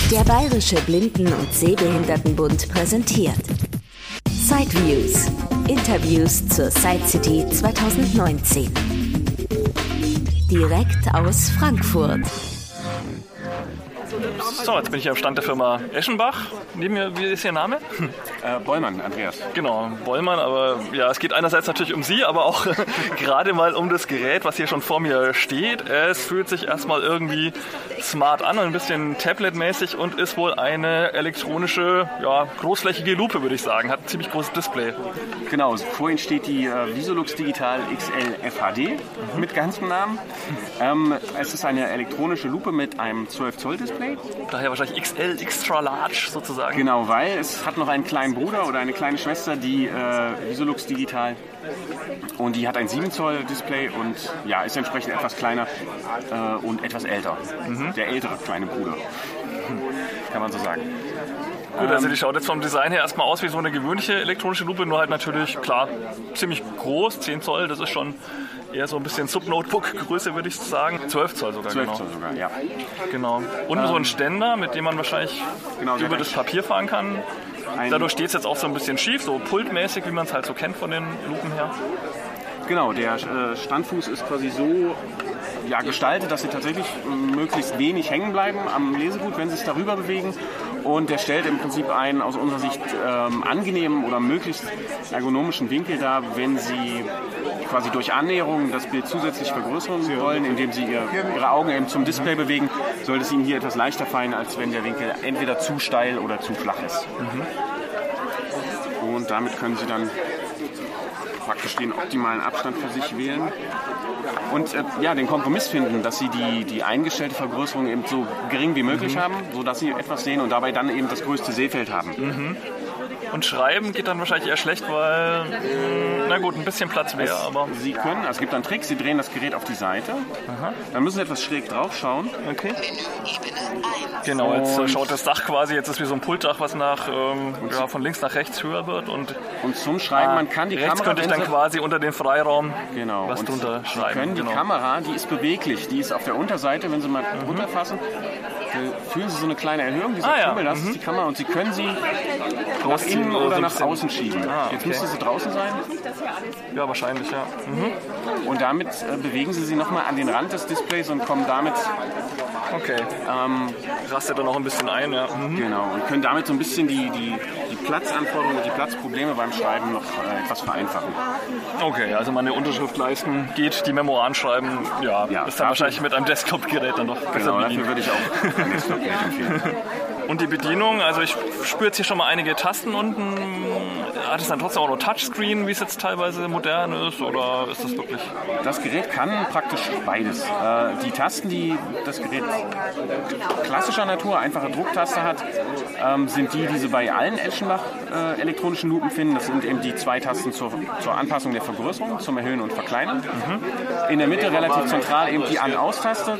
Der Bayerische Blinden- und Sehbehindertenbund präsentiert Sideviews. Interviews zur Sidecity 2019. Direkt aus Frankfurt. So, jetzt bin ich am Stand der Firma Eschenbach. Neben mir, wie ist Ihr Name? Bollmann, Andreas. Genau, Bollmann, aber ja, es geht einerseits natürlich um Sie, aber auch gerade mal um das Gerät, was hier schon vor mir steht. Es fühlt sich erstmal irgendwie smart an und ein bisschen tabletmäßig und ist wohl eine elektronische, ja, großflächige Lupe, würde ich sagen. Hat ein ziemlich großes Display. Genau, vor Ihnen steht die Visolux Digital XL FHD mit ganzem Namen. Es ist eine elektronische Lupe mit einem 12 Zoll Display. Daher wahrscheinlich XL, Extra Large sozusagen. Genau, weil es hat noch einen kleinen Bruder oder eine kleine Schwester, die Visolux Digital. Und die hat ein 7 Zoll Display und ja, ist entsprechend etwas kleiner und etwas älter. Der ältere kleine Bruder, kann man so sagen. Gut, also die schaut jetzt vom Design her erstmal aus wie so eine gewöhnliche elektronische Lupe, nur halt natürlich, klar, ziemlich groß, 10 Zoll, das ist schon eher so ein bisschen Sub-Notebook-Größe, würde ich sagen. 12 Zoll sogar, 12 genau. Zoll sogar, ja. Genau. Und so ein Ständer, mit dem man wahrscheinlich über das Papier fahren kann. Dadurch steht es jetzt auch so ein bisschen schief, so pultmäßig, wie man es halt so kennt von den Lupen her. Genau, der Standfuß ist quasi so gestaltet, dass sie tatsächlich möglichst wenig hängen bleiben am Lesegut, wenn sie sich darüber bewegen. Und der stellt im Prinzip einen aus unserer Sicht angenehmen oder möglichst ergonomischen Winkel dar, wenn Sie quasi durch Annäherung das Bild zusätzlich vergrößern wollen, indem Sie Ihre Augen eben zum Display bewegen, sollte es Ihnen hier etwas leichter fallen, als wenn der Winkel entweder zu steil oder zu flach ist. Und damit können Sie dann praktisch den optimalen Abstand für sich wählen und den Kompromiss finden, dass Sie die eingestellte Vergrößerung eben so gering wie möglich haben, sodass Sie etwas sehen und dabei dann eben das größte Sehfeld haben. Und schreiben geht dann wahrscheinlich eher schlecht, weil, na gut, ein bisschen Platz wäre, aber... Sie können, es gibt einen Trick, Sie drehen das Gerät auf die Seite, dann müssen Sie etwas schräg drauf schauen. Okay. Genau, jetzt schaut das Dach quasi, jetzt ist wie so ein Pultdach, was von links nach rechts höher wird und zum Schreiben, man kann die rechts Kamera... könnte ich dann quasi unter den Freiraum was und drunter schreiben. Sie können die Kamera, die ist beweglich, die ist auf der Unterseite, wenn Sie mal drunter fassen, fühlen Sie so eine kleine Erhöhung dieser Krümmel, das ist die Kamera und Sie können sie nach innen oder nach außen schieben. Jetzt müsste sie draußen sein. Ja, wahrscheinlich, ja. Und damit bewegen Sie sie nochmal an den Rand des Displays und kommen damit... Okay. Rastet dann noch ein bisschen ein, ja. Genau, und können damit so ein bisschen die Platzanforderungen und die Platzprobleme beim Schreiben noch etwas vereinfachen. Okay, also meine Unterschrift leisten geht, die Memo anschreiben, ist dann wahrscheinlich mit einem Desktop-Gerät dann doch besser. Genau, dafür würde ich auch ein Desktop-Gerät empfehlen. Und die Bedienung, also ich spüre jetzt hier schon mal einige Tasten unten. Hat es dann trotzdem auch noch Touchscreen, wie es jetzt teilweise modern ist, oder ist das wirklich... Das Gerät kann praktisch beides. Die Tasten, die das Gerät klassischer Natur, einfache Drucktaste hat, sind die Sie bei allen Eschenbach elektronischen Lupen finden. Das sind eben die 2 Tasten zur Anpassung der Vergrößerung, zum Erhöhen und Verkleinern. In der Mitte relativ zentral eben die An-Aus-Taste.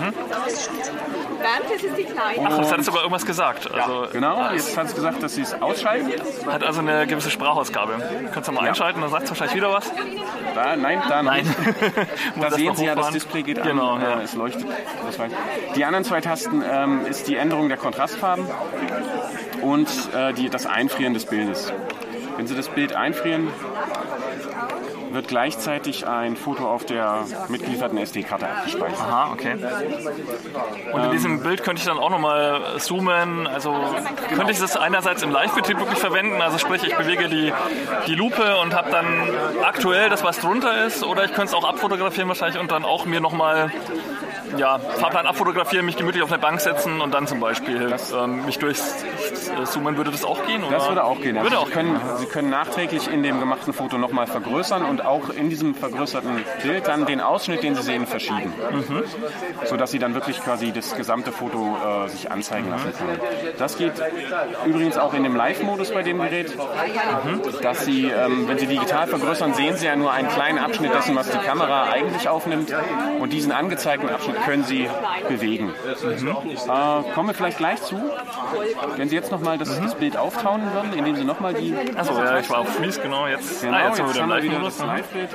Ach, das hat sogar irgendwas gesagt. Also, ja, genau, jetzt hat es gesagt, dass Sie es ausschalten. Hat also eine gewisse Sprachausgabe. Kannst du mal einschalten, dann sagt es wahrscheinlich wieder was? Nein. Da sehen Sie ja, das Display geht an, genau, es leuchtet. Die anderen 2 Tasten ist die Änderung der Kontrastfarben und das Einfrieren des Bildes. Wenn Sie das Bild einfrieren, wird gleichzeitig ein Foto auf der mitgelieferten SD-Karte abgespeichert. Aha, okay. Und in diesem Bild könnte ich dann auch nochmal zoomen, also könnte ich das einerseits im Live-Betrieb wirklich verwenden, also sprich ich bewege die Lupe und habe dann aktuell das, was drunter ist, oder ich könnte es auch abfotografieren wahrscheinlich und dann auch mir nochmal Fahrplan abfotografieren, mich gemütlich auf eine Bank setzen und dann zum Beispiel mich durchzoomen. Würde das auch gehen? Oder? Das würde auch gehen. Also Sie können nachträglich in dem gemachten Foto nochmal vergrößern und auch in diesem vergrößerten Bild dann den Ausschnitt, den Sie sehen, verschieben. Sodass Sie dann wirklich quasi das gesamte Foto sich anzeigen lassen können. Das geht übrigens auch in dem Live-Modus bei dem Gerät, dass Sie, wenn Sie digital vergrößern, sehen Sie ja nur einen kleinen Abschnitt dessen, was die Kamera eigentlich aufnimmt und diesen angezeigten Abschnitt können Sie bewegen. Kommen wir vielleicht gleich zu, wenn Sie jetzt nochmal das Bild auftauen würden, indem Sie nochmal die... Achso, ja, ich war auf Freeze, genau. Jetzt, genau, jetzt haben wir wieder das Live-Bild.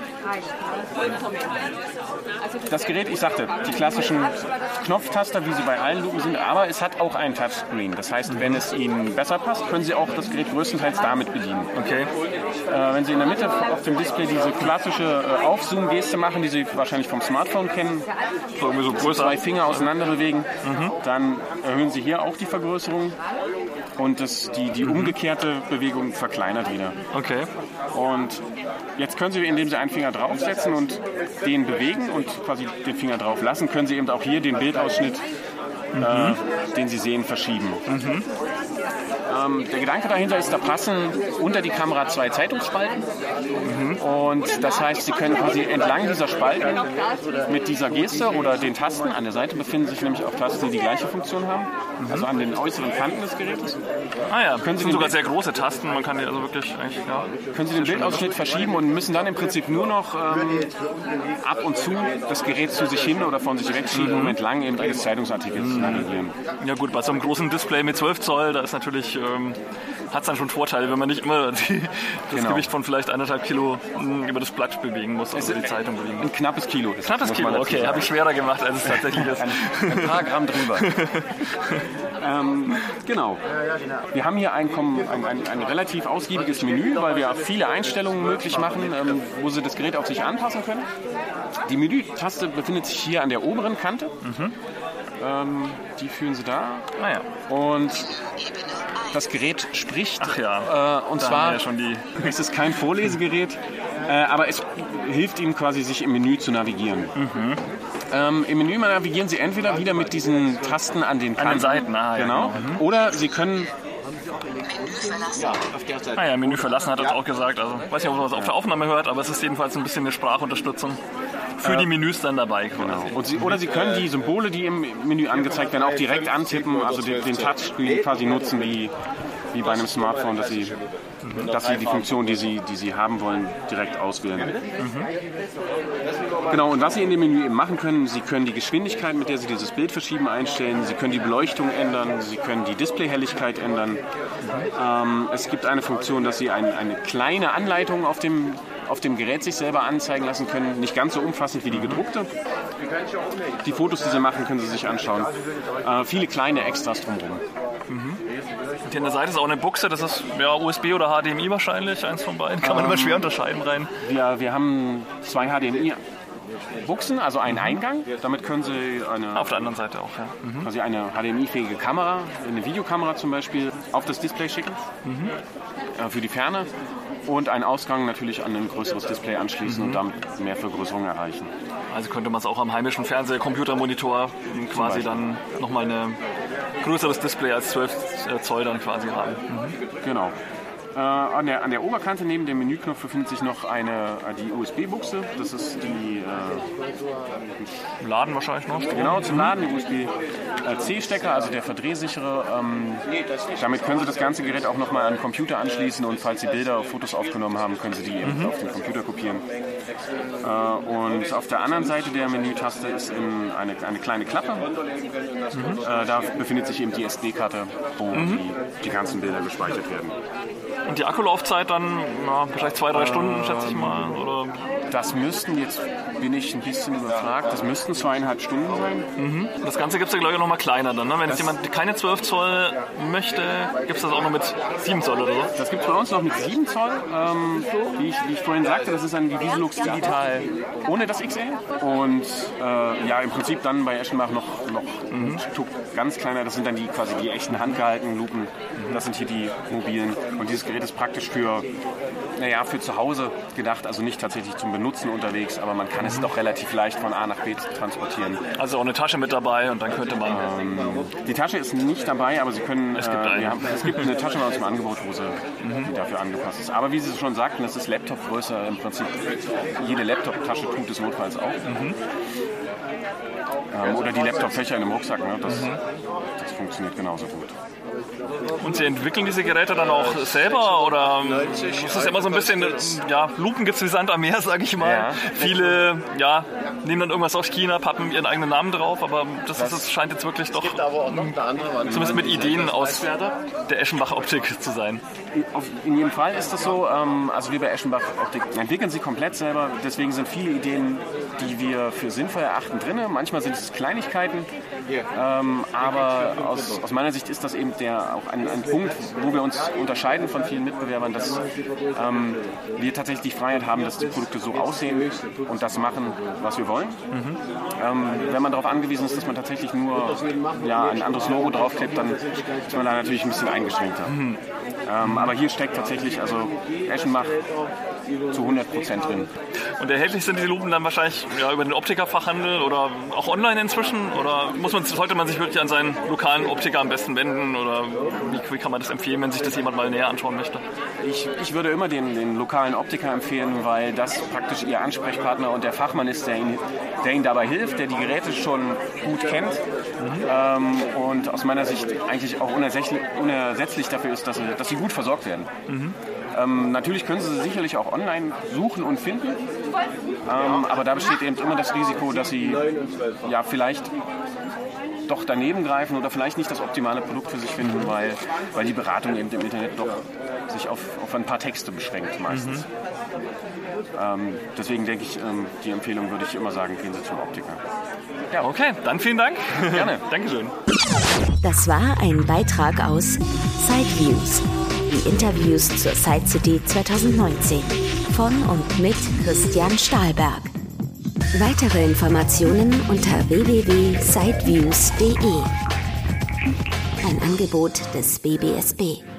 Das Gerät, ich sagte, die klassischen Knopftaster, wie sie bei allen Lupen sind, aber es hat auch einen Touchscreen. Das heißt, wenn es Ihnen besser passt, können Sie auch das Gerät größtenteils damit bedienen. Okay. Wenn Sie in der Mitte auf dem Display diese klassische Aufzoom-Geste machen, die Sie wahrscheinlich vom Smartphone kennen, so irgendwie so größer. 2 Finger auseinander bewegen, dann erhöhen Sie hier auch die Vergrößerung und die umgekehrte Bewegung verkleinert wieder. Okay. Und jetzt können Sie, indem Sie einen Finger draufsetzen und den bewegen und quasi den Finger drauf lassen, können Sie eben auch hier den Bildausschnitt, den Sie sehen, verschieben. Der Gedanke dahinter ist, da passen unter die Kamera 2 Zeitungsspalten. Und das heißt, Sie können quasi entlang dieser Spalten mit dieser Geste oder den Tasten, an der Seite befinden sich nämlich auch Tasten, die die gleiche Funktion haben, also an den äußeren Kanten des Gerätes. Ah ja, können Sie sind sogar sehr große Tasten, man kann die also wirklich eigentlich, ja, können Sie den Bildausschnitt verschieben und müssen dann im Prinzip nur noch ab und zu das Gerät zu sich hin oder von sich wegschieben, um entlang eben eines Zeitungsartikels zu navigieren. Ja gut, bei so einem großen Display mit 12 Zoll, da ist natürlich, hat es dann schon Vorteile, wenn man nicht immer das Gewicht von vielleicht 1,5 Kilo über das Blatt bewegen muss, also die Zeitung bewegen muss. Ein knappes Kilo. Knappes Kilo, okay, habe ich schwerer gemacht, als es tatsächlich ist. Ein paar Gramm drüber. Genau. Wir haben hier ein relativ ausgiebiges Menü, weil wir viele Einstellungen möglich machen, wo Sie das Gerät auf sich anpassen können. Die Menütaste befindet sich hier an der oberen Kante. Die führen Sie da. Ah ja. Und das Gerät spricht. Ach ja. Und zwar ja schon es ist kein Vorlesegerät, aber es hilft Ihnen quasi, sich im Menü zu navigieren. Im Menü navigieren Sie entweder wieder mit diesen Tasten an den Kanten. An den Seiten, genau. Oder Sie können... Ja, Menü verlassen hat er auch gesagt. Also, ich weiß nicht, ob man es auf der Aufnahme hört, aber es ist jedenfalls ein bisschen eine Sprachunterstützung für die Menüs dann dabei. Genau. Oder Sie können die Symbole, die im Menü angezeigt werden, auch direkt antippen, also den Touchscreen quasi nutzen, wie bei einem Smartphone, dass Sie die Funktion, die Sie haben wollen, direkt auswählen. Genau, und was Sie in dem Menü eben machen können, Sie können die Geschwindigkeit, mit der Sie dieses Bild verschieben, einstellen, Sie können die Beleuchtung ändern, Sie können die Displayhelligkeit ändern. Es gibt eine Funktion, dass Sie eine kleine Anleitung auf dem Gerät sich selber anzeigen lassen können, nicht ganz so umfassend wie die gedruckte. Die Fotos, die Sie machen, können Sie sich anschauen. Viele kleine Extras drumherum. Und hier an der Seite ist auch eine Buchse, das ist ja USB oder HDMI wahrscheinlich, eins von beiden, kann man immer schwer unterscheiden rein. Wir haben 2 HDMI-Buchsen, also einen Eingang, damit können Sie auf der anderen Seite auch, ja. Quasi eine HDMI-fähige Kamera, eine Videokamera zum Beispiel, auf das Display schicken, für die Ferne. Und einen Ausgang natürlich an ein größeres Display anschließen und damit mehr Vergrößerung erreichen. Also könnte man es auch am heimischen Computermonitor quasi dann nochmal ein größeres Display als 12 Zoll dann quasi haben. Genau. An der Oberkante neben dem Menüknopf befindet sich noch die USB-Buchse. Das ist die... Laden wahrscheinlich noch. Genau, zum Laden, der USB-C-Stecker, also der verdrehsichere. Damit können Sie das ganze Gerät auch nochmal an den Computer anschließen und falls Sie Bilder, Fotos aufgenommen haben, können Sie die eben auf den Computer kopieren. Und auf der anderen Seite der Menütaste ist eine kleine Klappe. Da befindet sich eben die SD-Karte, wo die ganzen Bilder gespeichert werden. Und die Akkulaufzeit dann vielleicht 2-3 Stunden, schätze ich mal? Oder? Das müssten, jetzt bin ich ein bisschen überfragt, das müssten 2,5 Stunden sein. Das Ganze gibt es ja, glaube ich, noch mal kleiner dann. Ne? Wenn jetzt jemand keine 12 Zoll möchte, gibt es das auch noch mit 7 Zoll oder so? Das gibt es bei uns noch mit 7 Zoll. Wie ich vorhin sagte, das ist ein Visulux Digital ohne das XL. Und im Prinzip dann bei Eschenbach noch ein Stück ganz kleiner. Das sind dann quasi die echten handgehaltenen Lupen. Das sind hier die mobilen. Und dieses Gerät ist praktisch für zu Hause gedacht, also nicht tatsächlich zum Benutzen unterwegs, aber man kann es doch relativ leicht von A nach B transportieren. Also auch eine Tasche mit dabei und dann könnte man... Die Tasche ist nicht dabei, aber Sie können... Es gibt eine Tasche aus dem Angebot, die dafür angepasst ist. Aber wie Sie schon sagten, das ist Laptopgröße im Prinzip. Jede Laptop-Tasche tut es notfalls auch. Oder die Laptop-Fächer in einem Rucksack, ne? Das funktioniert genauso gut. Und Sie entwickeln diese Geräte dann auch selber oder ist das immer so ein bisschen, Lupen gibt es wie Sand am Meer, sage ich mal. Ja. Viele nehmen dann irgendwas aus China, pappen ihren eigenen Namen drauf, aber das scheint jetzt wirklich doch zumindest mit Ideen aus der Eschenbach Optik zu sein. In jedem Fall ist das so. Also wir bei Eschenbach Optik entwickeln sie komplett selber, deswegen sind viele Ideen, die wir für sinnvoll erachten, drin. Manchmal sind es Kleinigkeiten, aber aus meiner Sicht ist das eben auch ein Punkt, wo wir uns unterscheiden von vielen Mitbewerbern, dass wir tatsächlich die Freiheit haben, dass die Produkte so aussehen und das machen, was wir wollen. Wenn man darauf angewiesen ist, dass man tatsächlich nur ein anderes Logo draufklebt, dann ist man da natürlich ein bisschen eingeschränkter. Aber hier steckt tatsächlich Eschenbach zu 100% drin. Und erhältlich sind diese Lupen dann wahrscheinlich über den Optikerfachhandel oder auch online inzwischen? Oder sollte man sich wirklich an seinen lokalen Optiker am besten wenden? Oder wie kann man das empfehlen, wenn sich das jemand mal näher anschauen möchte? Ich würde immer den lokalen Optiker empfehlen, weil das praktisch Ihr Ansprechpartner und der Fachmann ist, der Ihnen dabei hilft, der die Geräte schon gut kennt und aus meiner Sicht eigentlich auch unersetzlich dafür ist, dass sie gut versorgt werden. Natürlich können Sie sicherlich auch online suchen und finden, aber da besteht eben immer das Risiko, dass Sie vielleicht doch daneben greifen oder vielleicht nicht das optimale Produkt für sich finden, weil die Beratung eben im Internet doch sich auf ein paar Texte beschränkt meistens. Deswegen denke ich, die Empfehlung würde ich immer sagen, gehen Sie zum Optiker. Ja, okay, dann vielen Dank. Gerne. Dankeschön. Das war ein Beitrag aus Sideviews, die Interviews zur Side City 2019 von und mit Christian Stahlberg. Weitere Informationen unter www.sideviews.de. Ein Angebot des BBSB.